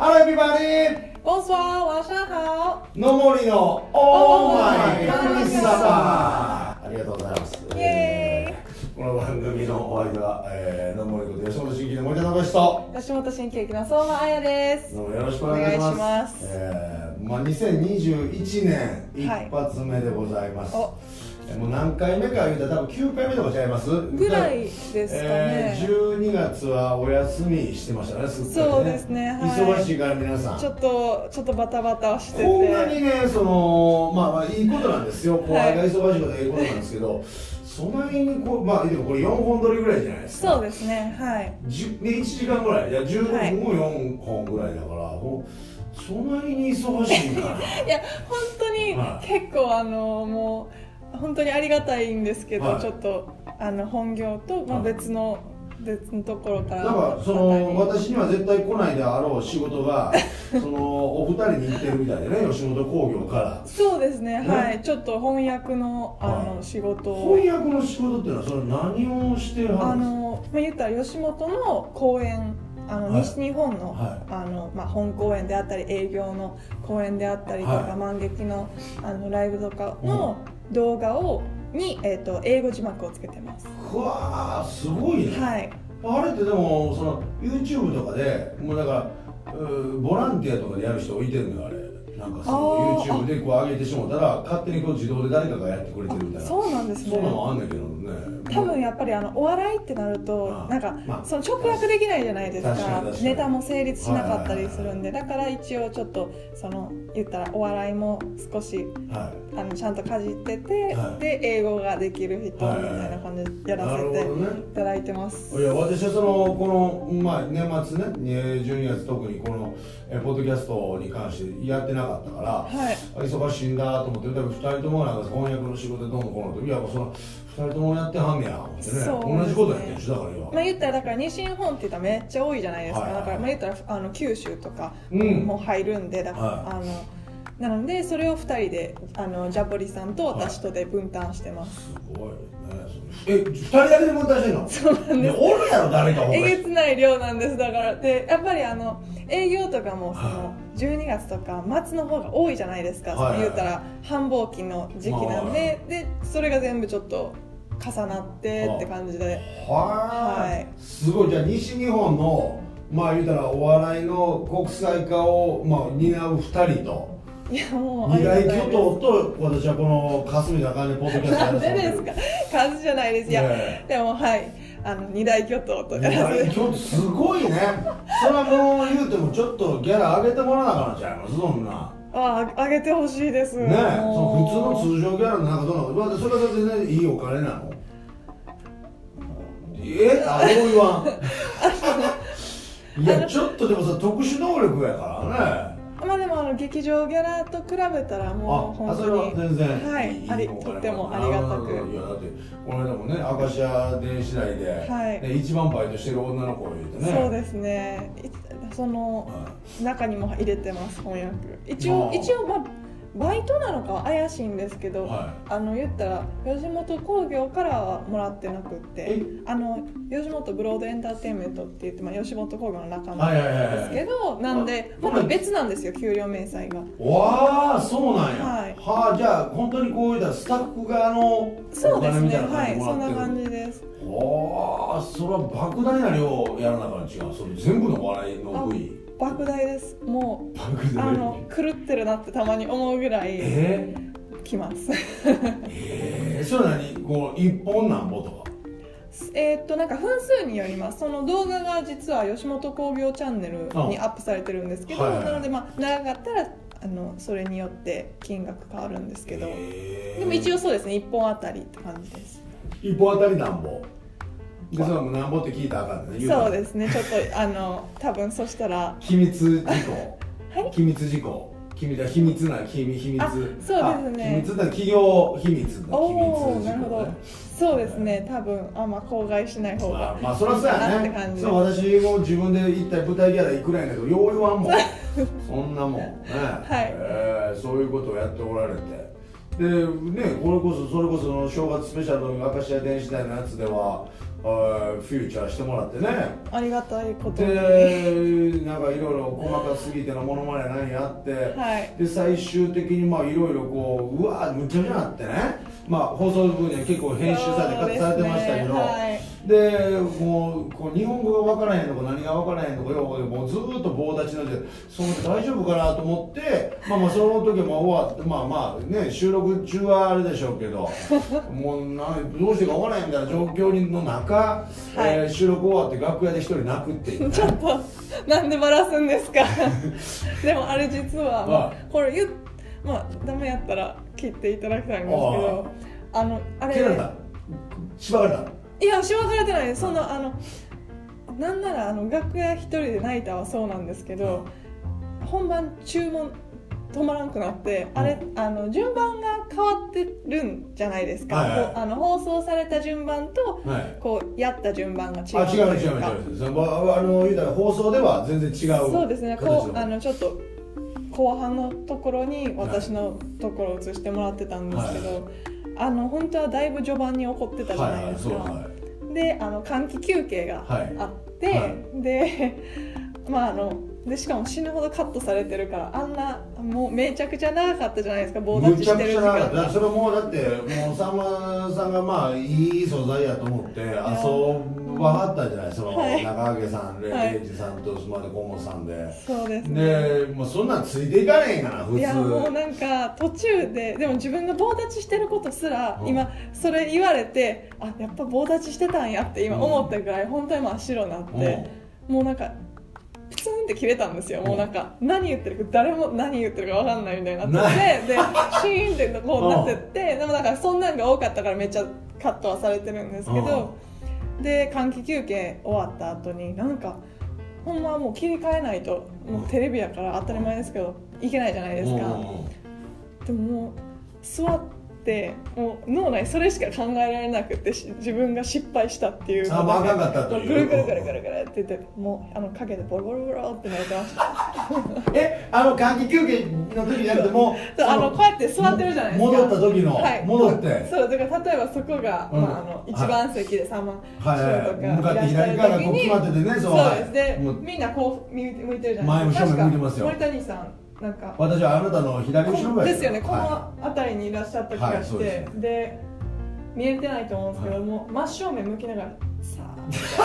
Hello everybody! Bonsoir, 晚上好。 のもりのオーマイ神様ありがとうございます。 イエこの番組のお相手は、のもりこと吉本新喜の森田信之と吉本新喜劇の相馬彩です。 どうもよろしくお願いします。2021年一発目でございます。もう何回目か言うたら多分9回目とかちゃいますぐらいですかね。 12月はお休みしてましたね、すっかりね。 そうですね、はい、 忙しいから皆さんちょっとバタバタしてて、 こんなにね、まあいいことなんですよ、後輩が忙しいことはいいことなんですけど、そんなにこう、でもこれ4本撮りぐらいじゃないですか。 そうですね、はい。 1時間ぐらい、いや15分も4本ぐらいだから、そんなに忙しいんかな。 いや、本当に、結構もう本当にありがたいんですけど、ちょっと本業と、別のところからなんか私には絶対来ないであろう仕事がお二人に行ってるみたいでね、吉本興業から。 そうですね、はい。ちょっと翻訳の仕事を。 翻訳の仕事っていうのはそれ何をしてるんですか？ 言ったら吉本の公演、西日本の、本公演であったり営業の公演であったりとか、満劇のライブとかの動画に英語字幕をつけてます。 うわー、すごいね。 はい。 あれってでもYouTube とかでもうだからボランティアとかでやる人いてるのよ、あれ。なんかYouTube で上げてしまったら勝手に自動で誰かがやってくれてるみたいな。 そうなんですね。 そうなのあんねんけどね。 多分やっぱりお笑いってなるとなんか直訳できないじゃないですか。ネタも成立しなかったりするんで、だから一応ちょっと言ったらお笑いも少しちゃんとかじってて、で英語ができる人みたいな感じでやらせていただいてます。 いや、私はこの年末ね、12月特にこのポッドキャストに関してやってなかったから、忙しいんだと思って、2人ともなんか翻訳の仕事でどうのこうのと、いやもう2人ともやってはんねや思ってね、同じことやってるでしょ。だから言ったら、だから西日本って言ったらめっちゃ多いじゃないですか。だから言ったら九州とかも入るんで、だからなのでそれを2人でジャポリさんと私とで分担してます。 すごいね。2人だけで分担してんの？ そうなんです。 おるやろ誰か。 えげつない量なんです。だからでやっぱり営業とかも12月とか末の方が多いじゃないですか。言うたら繁忙期の時期なんで、でそれが全部ちょっと重なってって感じで。 はい。すごい。じゃあ西日本の言うたらお笑いの国際化を担う2人と。 いや、もう二大巨頭と私はこの霞の茜ポッドキャストやらせてもらってる。 なんでですか？数じゃないです。いや、でも二大巨頭とやらせて。 二大巨頭すごいね。それはもう言うてもちょっとギャラ上げてもらわなあかんのちゃいます？そんな。 上げてほしいです。 ね、普通の通常ギャラなんかどうなの？それが全然いいお金なの？どう言わん。いや、ちょっとでもさ、特殊能力やからね。 でも劇場ギャラと比べたらもう本当にそれは全然はい、とってもありがたく。 いやだってこの間もね、明石家電子台で一番バイトしてる女の子を言うてね。 そうですね。その中にも入れてます、翻訳。一応バイトなのかは怪しいんですけど、言ったら吉本興業からはもらってなくって、吉本ブロードエンターテインメントって言って、吉本興業の仲間なんですけど、なんでまた別なんですよ、給料明細が。 わあ、そうなんや。じゃあ本当にこういったスタッフ側のお金みたいな感じでもらってる。 そんな感じです。 それは莫大な量やらながら違う。それ全部の笑いの部位。 莫大です。もう狂ってるなってたまに思うぐらいきます。 それ何1本なんぼとか？ なんか分数によります。その動画が実は吉本興業チャンネルにアップされてるんですけど、なので長かったらそれによって金額変わるんですけど、でも一応そうですね、1本あたりって感じです。 1本あたりなんぼで、それもなんぼって聞いたらあかんね。 そうですね、ちょっと多分そしたら機密事項。機密事項。秘密な秘密。 そうですね。 秘密だ、企業秘密の機密事項。 なるほど。そうですね、多分公害しない方がそりゃそうやね。そう、私も自分で一体舞台ギャラいくらやねんけど、よう言わんもん。そんなもんね。そういうことをやっておられて。 でね、それこそ正月スペシャルの明石家電子台のやつではフューチャーしてもらってね、 ありがたいことでなんかいろいろ細かすぎてのものまね何やって、 はい、 で最終的にまあいろいろこううわむちゃむちゃなってね、まあ放送部には結構編集されてカットされてましたけど、でもうこう日本語が分からへんのか何が分からへんのかようもうずっと棒立ちになってその大丈夫かなと思って、まあその時も終わってまあね収録中はあれでしょうけどもうどうしてか分からへんみたいな状況の中、はい収録終わって楽屋で一人泣くっていう、ね、 ちょっとなんでバラすんですかでもあれ実は、まあ、これまあダメやったら切っていただきたいんですけどあれ切られたしばかれたいやしばかれてないです、なんなら楽屋一人で泣いたはそうなんですけど、本番注文止まらんくなって、あれ順番が変わってるんじゃないですか、はいはい、放送された順番と、はい、こうやった順番が違うというか、 違う言うたら放送では全然違うそうですね、こうちょっと後半のところに私のところを映してもらってたんですけど、はい、本当はだいぶ序盤に起こってたじゃないですか、はいはいはい、で換気休憩があって、はいはい、でまあでしかも死ぬほどカットされてるからあんなもうめちゃくちゃ長かったじゃないですか、棒立ちしてる時間が。 それもだってもうさんまさんがまあいい素材やと思って遊ばはったじゃない、その、はい、中揚さんでレイジさんと島根河本さんで、 そうですね、 でもうそんなんついていかれへんかな普通。 いやもうなんか途中でも自分が棒立ちしてることすら、今それ言われてやっぱ棒立ちしてたんやって今思ったぐらい本当に真っ白になって、もうなんかプツンって切れたんですよ、もうなんか何言ってるか誰も何言ってるか分かんないみたいになってて、でシーンってこうなってって、でもだからそんなんが多かったからめっちゃカットはされてるんですけど、で換気休憩終わった後になんかほんまはもう切り替えないと、もうテレビやから当たり前ですけどいけないじゃないですか。でももう座ってもう脳内それしか考えられなくて自分が失敗したっていうのがぐるぐるぐるぐるぐるぐるって言ってもうかけてボロボロボロってなってました換気休憩の時じゃなくてもこうやって座ってるじゃないですか、 戻った時の、はい、戻ってそうだから例えばそこが、一番席で3番師匠とか向かって左からこう決まっててね、 そうですでみんなこう向いてるじゃないですか、 前も正面向いてますよ。 森谷さんなんか私はあなたの左後ろぐらいですよね、この辺りにいらっしゃった気がして、で見えてないと思うんですけども、真正面向きながらさ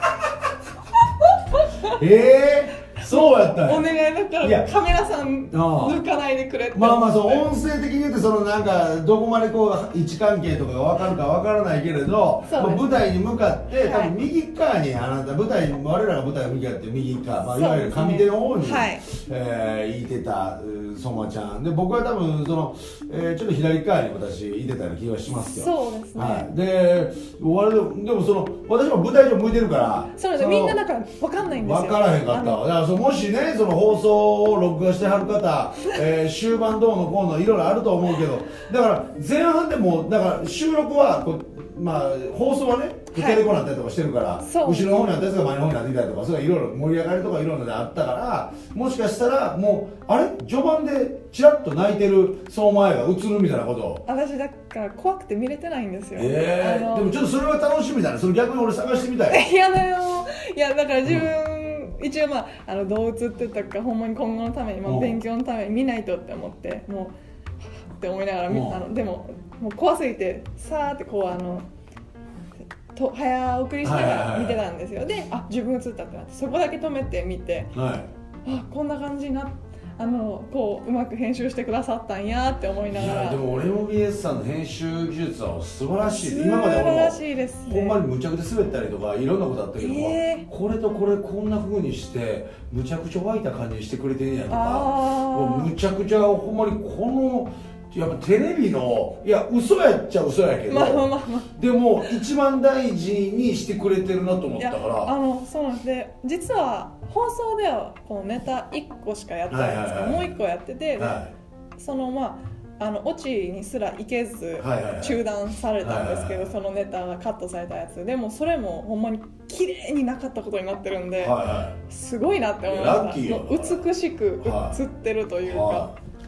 あそうやったお願いだからカメラさん抜かないでくれって。 まあそう音声的に言うとそのなんかどこまでこう位置関係とかが分かるか分からないけれど、舞台に向かって多分右側にあなた我らが舞台を向き合って右側、いわゆる上手の方にいてた相馬ちゃんで、僕は多分そのちょっと左側に私いてたような気がしますよ。 そうですね。 でもその私も舞台上向いてるから、 そうです、みんなだから分かんないんですよ。 分からへんかった。だからもしねその放送を録画してはる方、終盤どうのこうのいろいろあると思うけど、だから前半でもだから収録は放送はねテレコになったりとかしてるから、後ろの方にあったやつが前の方になっていたりとか、それはいろいろ盛り上がりとかいろんなのであったから、もしかしたらもう序盤でチラッと泣いてる相馬愛が映るみたいなことを。 私だから怖くて見れてないんですよ。 でもちょっとそれは楽しみだね。それ逆に俺探してみたい。 いやだよ。いやだから自分、一応どう映ってたかほんまに今後のために、勉強のために見ないとって思ってもうって思いながらでももう怖すぎてさーってこう早送りしながら見てたんですよ。で自分映ったってなってそこだけ止めて見て、こんな感じになってこううまく編集してくださったんやって思いながら。 いやでも俺も BS さんの編集技術は素晴らしい。今まで俺もほんまにむちゃくちゃ滑ったりとかいろんなことあったけど、これとこれこんな風にしてむちゃくちゃ湧いた感じにしてくれてんやとか、むちゃくちゃほんまにこのやっぱテレビの嘘やっちゃ嘘やけど、でも一番大事にしてくれてるなと思ったから。 そうなんで実は放送ではこのネタ1個しかやってないんですけど、もう1個やってて、そのオチにすらいけず中断されたんですけど、そのネタがカットされたやつでもそれもほんまに綺麗になかったことになってるんで、すごいなって思いました。美しく映ってるというか。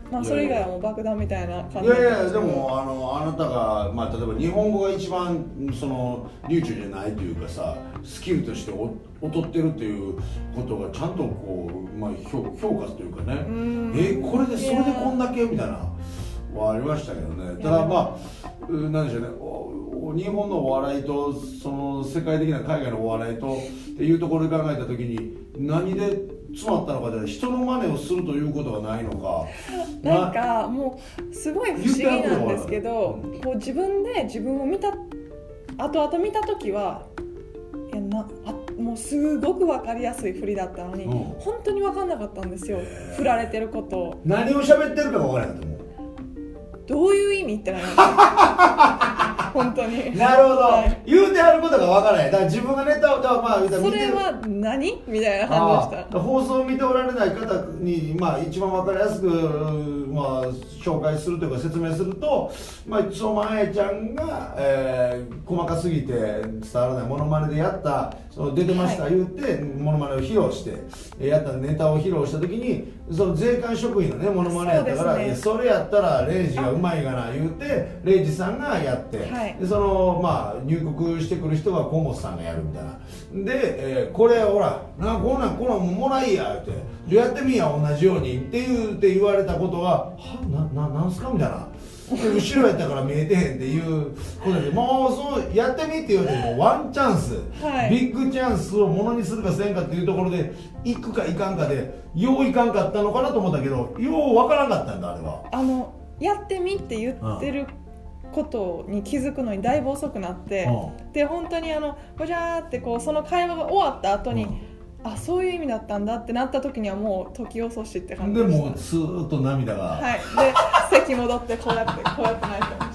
まあそれ以外はもう爆弾みたいな感じ。 いやいやでもあなたが、まあ、例えば日本語が一番その流暢じゃないというかさ、スキルとして劣ってるっていうことがちゃんとこう、まあ、評価というかね、これでそれでこんだけみたいなはありましたけどね。ただまあなんでしょうね、日本のお笑いとその世界的な海外のお笑いとっていうところで考えた時に何で詰まったのかで、人の真似をするということがないのか、 なんかもうすごい不思議なんですけど、こう自分で自分を後々見た時はいやもうすごく分かりやすい振りだったのに、本当に分かんなかったんですよ、振られてることを。 何を喋ってるか分からないと思う。 どういう意味ってなります本当に。 なるほど、はい、言うてあることがわからない。だから自分がネタをまあ見てる、 それは何みたいな感じでした。 放送を見ておられない方に、まあ、一番わかりやすく、まあ、紹介するというか説明すると、まあ、相馬あやちゃんが、細かすぎて伝わらないモノマネでやったその出てました、言ってモノマネを披露してやったネタを披露した時に、その税関職員のねモノマネやったから、それやったらレイジがうまいがな言うてレイジさんがやって、でそのまあ入国してくる人が河本さんがやるみたいなで、これほらこんなんもらいやってやってみや同じようにって言われたことがなんすかみたいな。後ろやったから見えてへんっていうことで、もうそうやってみって言うてもワンチャンス、ビッグチャンスをものにするかせんかっていうところで行くか行かんかでよう行かんかったのかなと思ったけど、ようわからんかったんだあれは。 やってみって言ってることに気づくのにだいぶ遅くなって、で本当にごじゃーってこうその会話が終わった後に、あ、そういう意味だったんだってなった時にはもう時遅しって感じでした。 でもうスーッと涙が、 はい、で席戻ってこうやって泣いてました。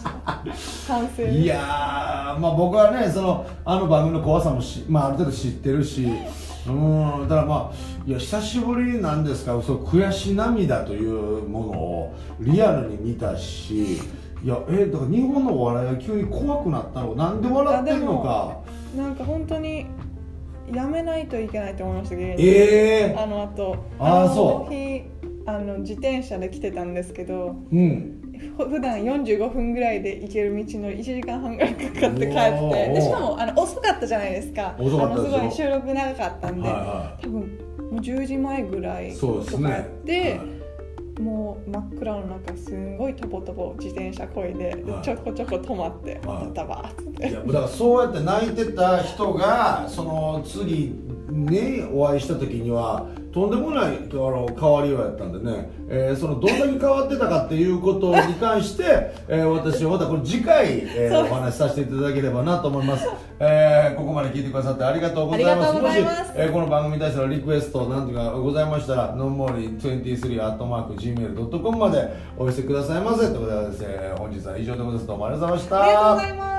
反省。いやー、まあ僕はね番組の怖さもまあ、ある程度知ってるし、だからまあいや久しぶりなんですが、そう悔し涙というものをリアルに見たし、いやだから日本のお笑いが急に怖くなったのか、なんで笑ってるのか、 なんか本当にやめないといけないと思いました芸人。あの日自転車で来てたんですけど、普段45分ぐらいで行ける道の1時間半ぐらいかかって帰って、でしかも遅かったじゃないですか。すごい収録長かったんで、多分もう10時前ぐらいとかやって、もう真っ暗の中すんごいとぼとぼ自転車こいで、ちょこちょこ止まってダバーって。 いやだからそうやって泣いてた人がその次ねお会いした時にはとんでもない変わりようやったんでね、そのどんだけ変わってたかっていうことに関して、私はまたこれ次回、お話しさせていただければなと思います。ここまで聞いてくださってありがとうございます。もし、この番組に対してのリクエストなんていうかございましたら、nonmori23@gmail.com までお寄せくださいませということで、本日は以上でございます。どうもありがとうございました。 ありがとうございます。